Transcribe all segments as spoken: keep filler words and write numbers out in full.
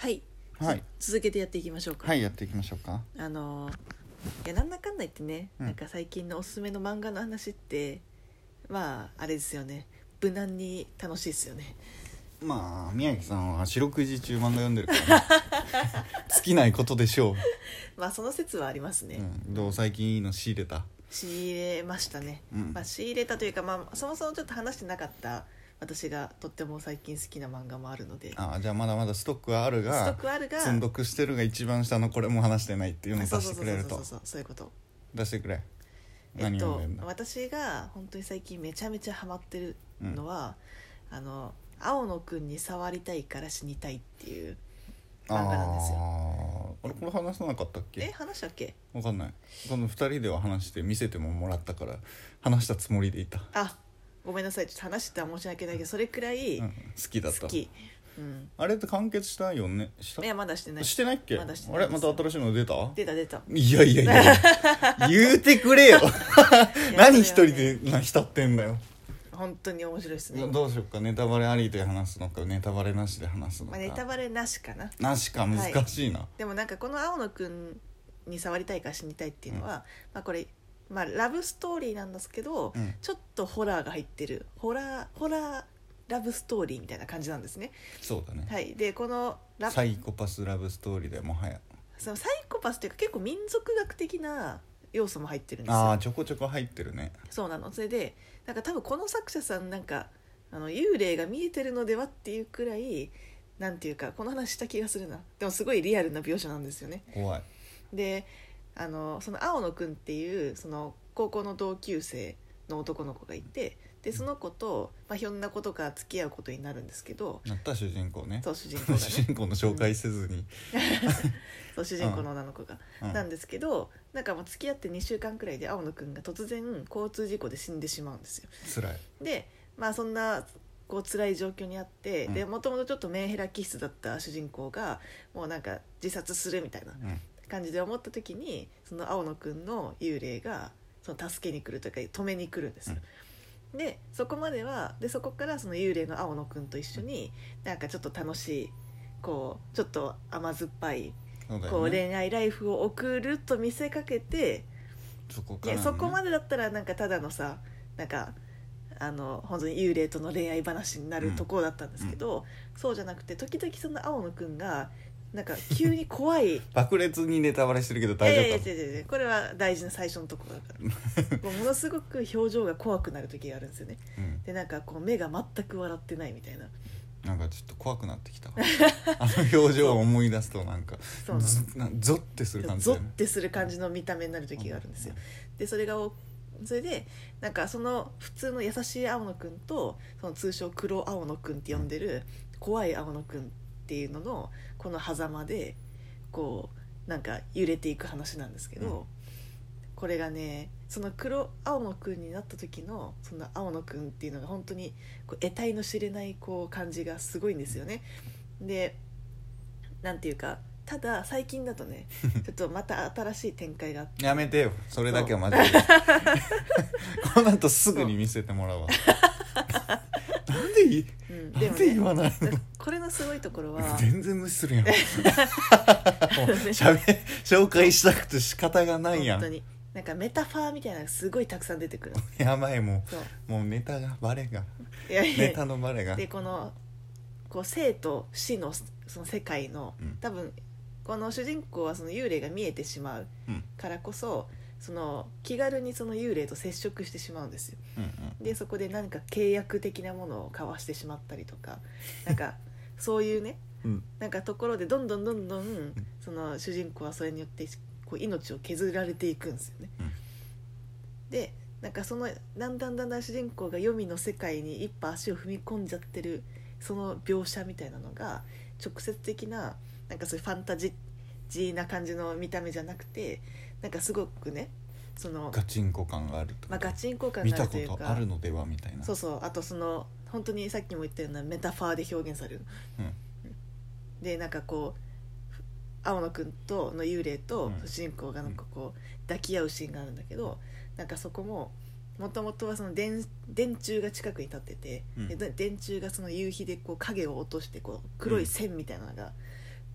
はい、 はい、 続けてやっていきましょうか。 はい、やっていきましょうか。 あのいやなんだかんだ言ってね、 うん、 なんか最近のおすすめの漫画の話ってまああれですよね、無難に楽しいですよね。 まあ宮城さんは四六時中漫画読んでるからね尽きないことでしょう。 まあその説はありますね、 うん、どう最近いいの仕入れた？ 仕入れましたね、 うんまあ、仕入れたというか、まあ、そもそもちょっと話してなかった私がとっても最近好きな漫画もあるので、 ああ、じゃあまだまだストックはあるがストックあるが積んどくしてるが一番下のこれも話してないっていうのを出してくれると。 そうそうそうそうそういうこと出してくれ。 えっと何読んでんの？ 私が本当に最近めちゃめちゃハマってるのは、うん、あの青野くんに触りたいから死にたいっていう漫画なんですよ。 ああ、あれこれ話さなかったっけ？ え話したっけ？ わかんない。このふたりでは話して見せてももらったから話したつもりでいた。 あ、ごめんなさい、ちょっと話してたら申し訳ないけどそれくらい好うん、好きだった。 き、うん、 あれって完結したよね？した？ いやまだしてない。 してないっけ？ まだしてないあれまた新しいの出た？ 出た出た。 いやいやいや言うてくれよ何一人でな浸ってんだよ。 本当に面白いですね。 どうしようか、ネタバレありで話すのかネタバレなしで話すのか。 まあ、ネタバレなしかな。 なしか、難しいな、はい、 でもなんかこの青野くんに触りたいから死にたいっていうのは、うん、まあこれまあラブストーリーなんですけど、うん、ちょっとホラーが入ってるホラーホラーラブストーリーみたいな感じなんですね。 そうだね。 はい。でこのラサイコパスラブストーリーでもはやそのサイコパスっていうか結構民族学的な要素も入ってるんですよ。 ああ、ちょこちょこ入ってるね。 そうなの。それでなんか多分この作者さんなんかあの幽霊が見えてるのではっていうくらいなんていうかこの話した気がするな。でもすごいリアルな描写なんですよね。 怖い。 であのその青野くんっていうその高校の同級生の男の子がいて、でその子と、まあ、ひょんなことから付き合うことになるんですけど、 なった主人公ね。 そう主人公が、ね、 主人公の紹介せずに、うん、 そう主人公の女の子が、うん、なんですけど、なんかもう付き合ってにしゅうかんくらいで青野くんが突然交通事故で死んでしまうんですよ。 辛い。 でまあそんなこう辛い状況にあって、うん、でもともとちょっとメンヘラ気質だった主人公がもうなんか自殺するみたいな感じで思った時に、その青野くんの幽霊がその助けに来るというか止めに来るんですよ、うん、でそこまではでそこからその幽霊の青野くんと一緒になんかちょっと楽しいこうちょっと甘酸っぱい、ね、こう恋愛ライフを送ると見せかけて、 そこからね、 そこまでだったらなんかただのさなんかあの本当に幽霊との恋愛話になるところだったんですけど、うんうん、そうじゃなくて時々その青野くんがなんか急に怖い爆裂にネタバレしてるけど大丈夫か？いやいやいやいや、 これは大事な最初のところだからもうものすごく表情が怖くなる時があるんですよね、うん、でなんかこう目が全く笑ってないみたいな、 なんかちょっと怖くなってきたあの表情を思い出すとなんかそうなゾッてする感じだよね。ゾッてする感じの見た目になる時があるんですよ、うん、でそれがそれでなんかその普通の優しい青野くんとその通称黒青野くんって呼んでる怖い青野くんっていうののこの狭間でこうなんか揺れていく話なんですけど、うん、これがねその黒青野くんになった時のその青野くんっていうのが本当にこう得体の知れないこう感じがすごいんですよね。でなんていうかただ最近だとねちょっとまた新しい展開があってやめてよそれだけはマジでこの後すぐに見せてもらうわなんでいい、うん、でもね、なんで言わないの？ これのすごいところは全然無視するやんもうしゃべ紹介したくて仕方がないやん。 本当になんかメタファーみたいなのがすごいたくさん出てくるやばいもうもうネタがバレがいやいやネタのバレがでこのこう生と死のその世界の、うん、多分この主人公はその幽霊が見えてしまうからこそ、うん、その気軽にその幽霊と接触してしまうんですよ、うんうん、でそこで何か契約的なものを交わしてしまったりとかなんかそういうね、うん、なんかところでどんどんどんどんその主人公はそれによってこう命を削られていくんですよね、うん、でなんかそのだんだんだんだん主人公が黄泉の世界に一歩足を踏み込んじゃってるその描写みたいなのが直接的ななんかそういうファンタジーな感じの見た目じゃなくてなんかすごくねそのガチンコ感があるとか、 まあ、ガチンコ感があるというか見たことあるのではみたいな。 そうそうあとその本当にさっきも言ったようなメタファーで表現される、うん、でなんかこう青野くんとの幽霊と主人公がなんかこう抱き合うシーンがあるんだけど、なんかそこももともとはその 電, 電柱が近くに立ってて、うん、で電柱がその夕日でこう影を落としてこう黒い線みたいなのが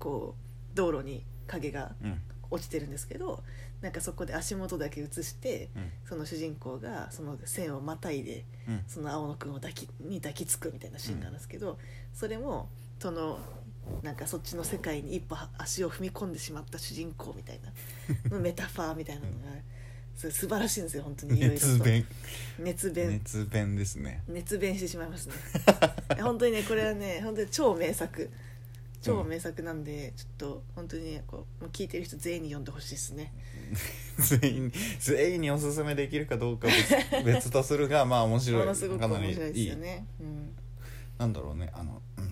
こう道路に影がうん落ちてるんですけど、なんかそこで足元だけ映して、 うんその主人公がその線をまたいでうんその青野くんを抱きに抱きつくみたいなシーンがあるんですけど、それもそのなんかそっちの世界に一歩足を踏み込んでしまった主人公みたいなメタファーみたいなのがそれ素晴らしいんですよ本当に。いろいろと熱弁熱弁熱弁ですね。 熱弁してしまいますね本当にねこれはね本当に超名作超名作なんで、うん、ちょっと本当に、ね、こう聞いてる人全員に読んでほしいですね全員全員におすすめできるかどうか別, 別とするがまあ面白い。 ものすごく面白いですよね。うん、 なんだろうねあの、うん、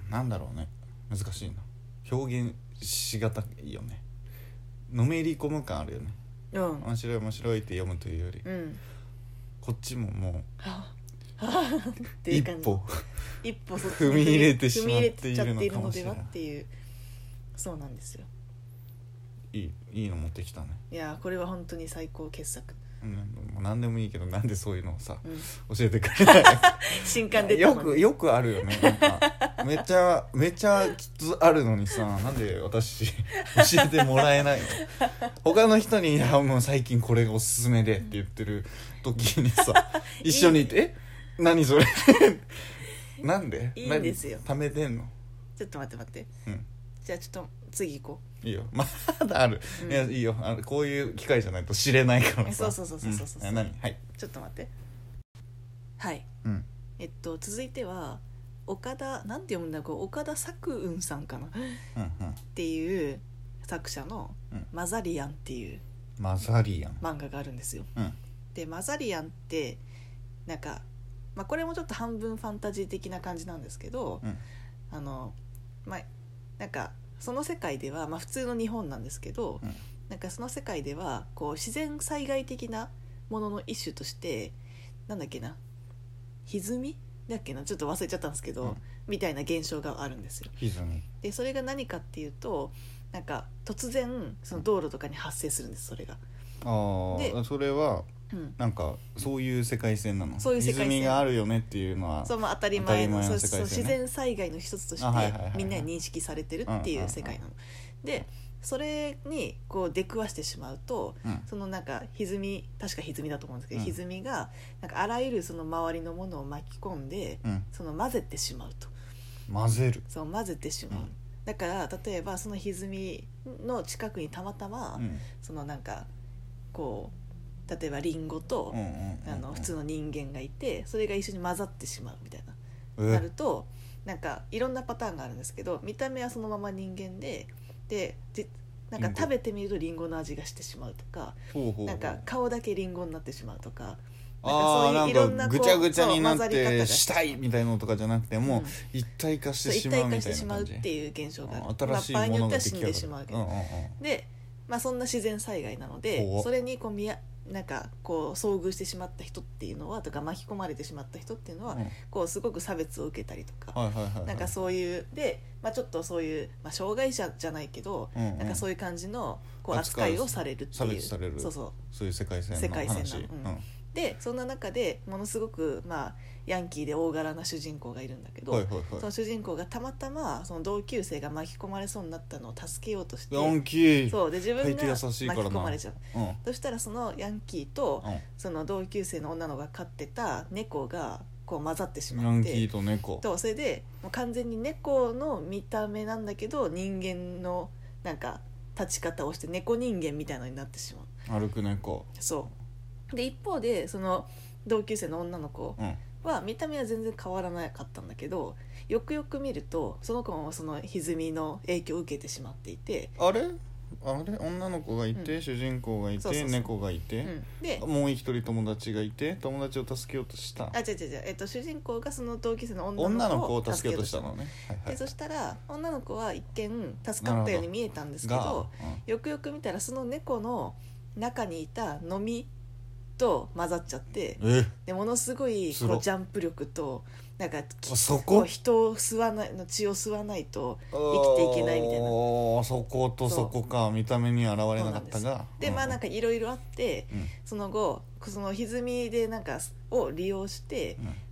なんだろうね難しいな表現しがたいよね。のめり込む感あるよね。 うん、 面白い面白いって読むというより、 うん、 こっちももうはあはあっていう感じ一歩一歩そっち踏み入れてしまってい踏み入れちゃっているのでるのかもしれない。 はっていうそうなんですよ。 いいいいの持ってきたね。 いやこれは本当に最高傑作、 うん、もう何でもいいけどなんでそういうのをさ、 うん、 教えてくれない新刊出たよのにくよくあるよね。なんかめちゃめちゃきつあるのにさなんで私教えてもらえないの他の人にいやもう最近これがおすすめでって言ってる時にさ一緒にいてえ何それなんでいいんですよ。 貯めてんの。 ちょっと待って待って、 うん、 じゃあちょっと次行こいいよまだある、うん、いやいいよあのこういう機会じゃないと知れないからさ。 そうそうそうそうそうそう、 うん、何はいちょっと待ってはい、 うん、 えっと続いては岡田なんて読むんだこう岡田作雲さんかな、 うんうん、 っていう作者のマザリアンっていうマザリアン漫画があるんですよ、 うん、 でマザリアンってなんか、まあ、これもちょっと半分ファンタジー的な感じなんですけど、 うん、 あのまあなんかその世界では、まあ、普通の日本なんですけど、 うん、 なんかその世界ではこう自然災害的なものの一種としてなんだっけな歪みだっけなちょっと忘れちゃったんですけど、うん、みたいな現象があるんですよ。 歪みでそれが何かっていうとなんか突然その道路とかに発生するんですそれが。 あであそれはうん、 なんかそういう世界線なの。 そういう世界線歪みがあるよねっていうのはそう、まあ、当たり前の、 当たり前の世界線ね。 そうそう自然災害の一つとしてはいはいはいはいみんなに認識されてるっていう世界なの、でそれにこう出くわしてしまうと、 うん、 そのなんか歪み確か歪みだと思うんですけど、うん、歪みがなんかあらゆるその周りのものを巻き込んで、うん、その混ぜてしまうと。 混ぜるそう混ぜてしまう、うん、だから例えばその歪みの近くにたまたま、うん、そのなんかこう例えばリンゴと、うんうんうんうん、あの普通の人間がいてそれが一緒に混ざってしまうみたいななるとなんかいろんなパターンがあるんですけど見た目はそのまま人間ででなんか食べてみるとリンゴの味がしてしまうとかなんか顔だけリンゴになってしまうとかあなんかなんかぐちゃぐちゃになってしたいみたいなのとかじゃなくても、うん、一体化してしまうみたいな感じ。一体化してしまうっていう現象がある。新しいものが出来上がる。場合によっては死んでしまうけど、うんうんうん、で、まあ、そんな自然災害なのでそれにこう見やなんかこう遭遇してしまった人っていうのはとか巻き込まれてしまった人っていうのは、うん、こうすごく差別を受けたりとか、はいはいはいはい、なんかそういうで、まあ、ちょっとそういう、まあ、障害者じゃないけど、うんうん、なんかそういう感じのこう扱いをされるっていう差別されるそうそうそういう世界線の話。世界線なの、うん、 でそんな中でものすごく、まあ、ヤンキーで大柄な主人公がいるんだけど、はいはいはい、その主人公がたまたまその同級生が巻き込まれそうになったのを助けようとしてヤンキーそうで自分が巻き込まれちゃう、うん、そしたらそのヤンキーと、うん、その同級生の女の子が飼ってた猫がこう混ざってしまって、 ヤンキーと猫とそれでもう完全に猫の見た目なんだけど人間のなんか立ち方をして猫人間みたいなのになってしまう。 歩く猫。 そうで一方でその同級生の女の子は見た目は全然変わらなかったんだけど、よくよく見るとその子もその歪みの影響を受けてしまっていて、 あれあれ女の子がいて、うん、主人公がいてそうそうそう猫がいて、うん、でもう一人友達がいて友達を助けようとした。 あ違う違う違う、えっと、主人公がその同級生の女の子を助けようとしたのね、はいはい、でそしたら女の子は一見助かったように見えたんですけど、ど、うん、よくよく見たらその猫の中にいたのみと混ざっちゃってでものすごいこうジャンプ力となんかそこ人を吸わないの血を吸わないと生きていけないみたいな。 そことそこか見た目に現れなかったがで、うん、まあなんかいろいろあって、うん、その後その歪みでなんかを利用して、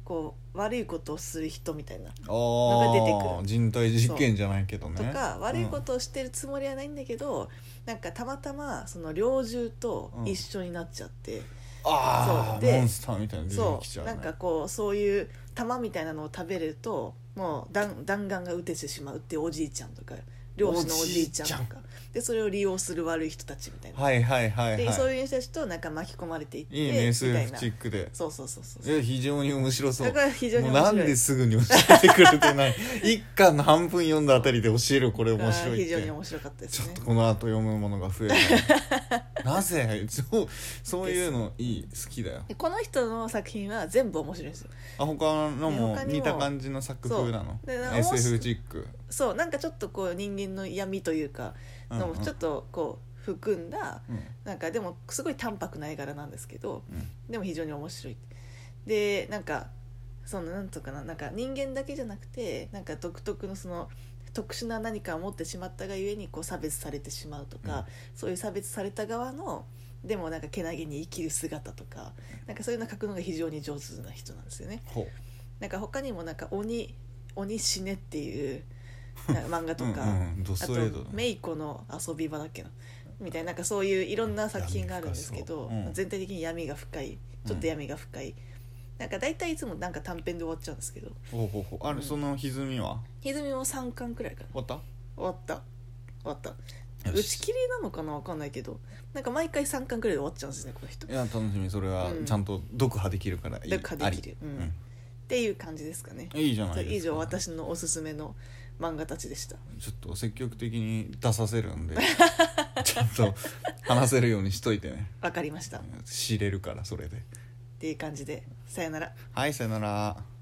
こう悪いことをする人みたいなのが出てくる。 人体実験じゃないけどね。 とか悪いことをしてるつもりはないんだけど、うん、なんかたまたまその猟銃と一緒になっちゃって、うん、 ああモンスターみたいなの出てきちゃう、ね、 そうなんかこうそういう弾みたいなのを食べるともう弾弾丸が撃ててしまうっていうおじいちゃんとか漁師のおじいちゃんとかでそれを利用する悪い人たちみたいな、 はいはいはいはい、 でそういう人たちとなんか巻き込まれていっていいね エスエフ チックでそうそうそうそういや非常に面白そう。 だから非常に面白い。 もうなんですぐに教えてくれてない一巻の半分読んだあたりで教えるこれ面白いって非常に面白かったですね。 ちょっとこの後読むものが増えるなぜそうそういうのいい好きだよ。 この人の作品は全部面白いんですよ。 あ他のも似た感じの作風なの エスエフ チック。 そうなんかちょっとこう人間の闇というかのもちょっとこう含んだ、うん、なんかでもすごい淡白な絵柄なんですけど、うん、でも非常に面白い。でなんかそのなんとかななんか人間だけじゃなくてなんか独特のその特殊な何かを持ってしまったがゆえにこう差別されてしまうとか、うん、そういう差別された側のでもなんかけなげに生きる姿とかなんかそういうのを描くのが非常に上手な人なんですよね。なんか他にもなんか鬼鬼死ねっていう漫画とかうん、うん、あとメイコの遊び場だっけなみたいな、なんかそういういろんな作品があるんですけど、うん、全体的に闇が深いちょっと闇が深い、うん、なんか大体いつもなんか短編で終わっちゃうんですけどほうほうほうあれ、うん、その歪みは歪みもさんかんくらいかな。 終わった終わった終わった打ち切りなのかな分かんないけどなんか毎回さんかんくらいで終わっちゃうんですねこの人。 いや楽しみそれはちゃんと読破できるからいい、 うん、読破できる、うんうん、っていう感じですかね。 いいじゃないですか。 以上私のおすすめの漫画たちでした。 ちょっと積極的に出させるんでちゃんと話せるようにしといてね。 わかりました。 知れるからそれでっていう感じでさよなら。 はいさよなら。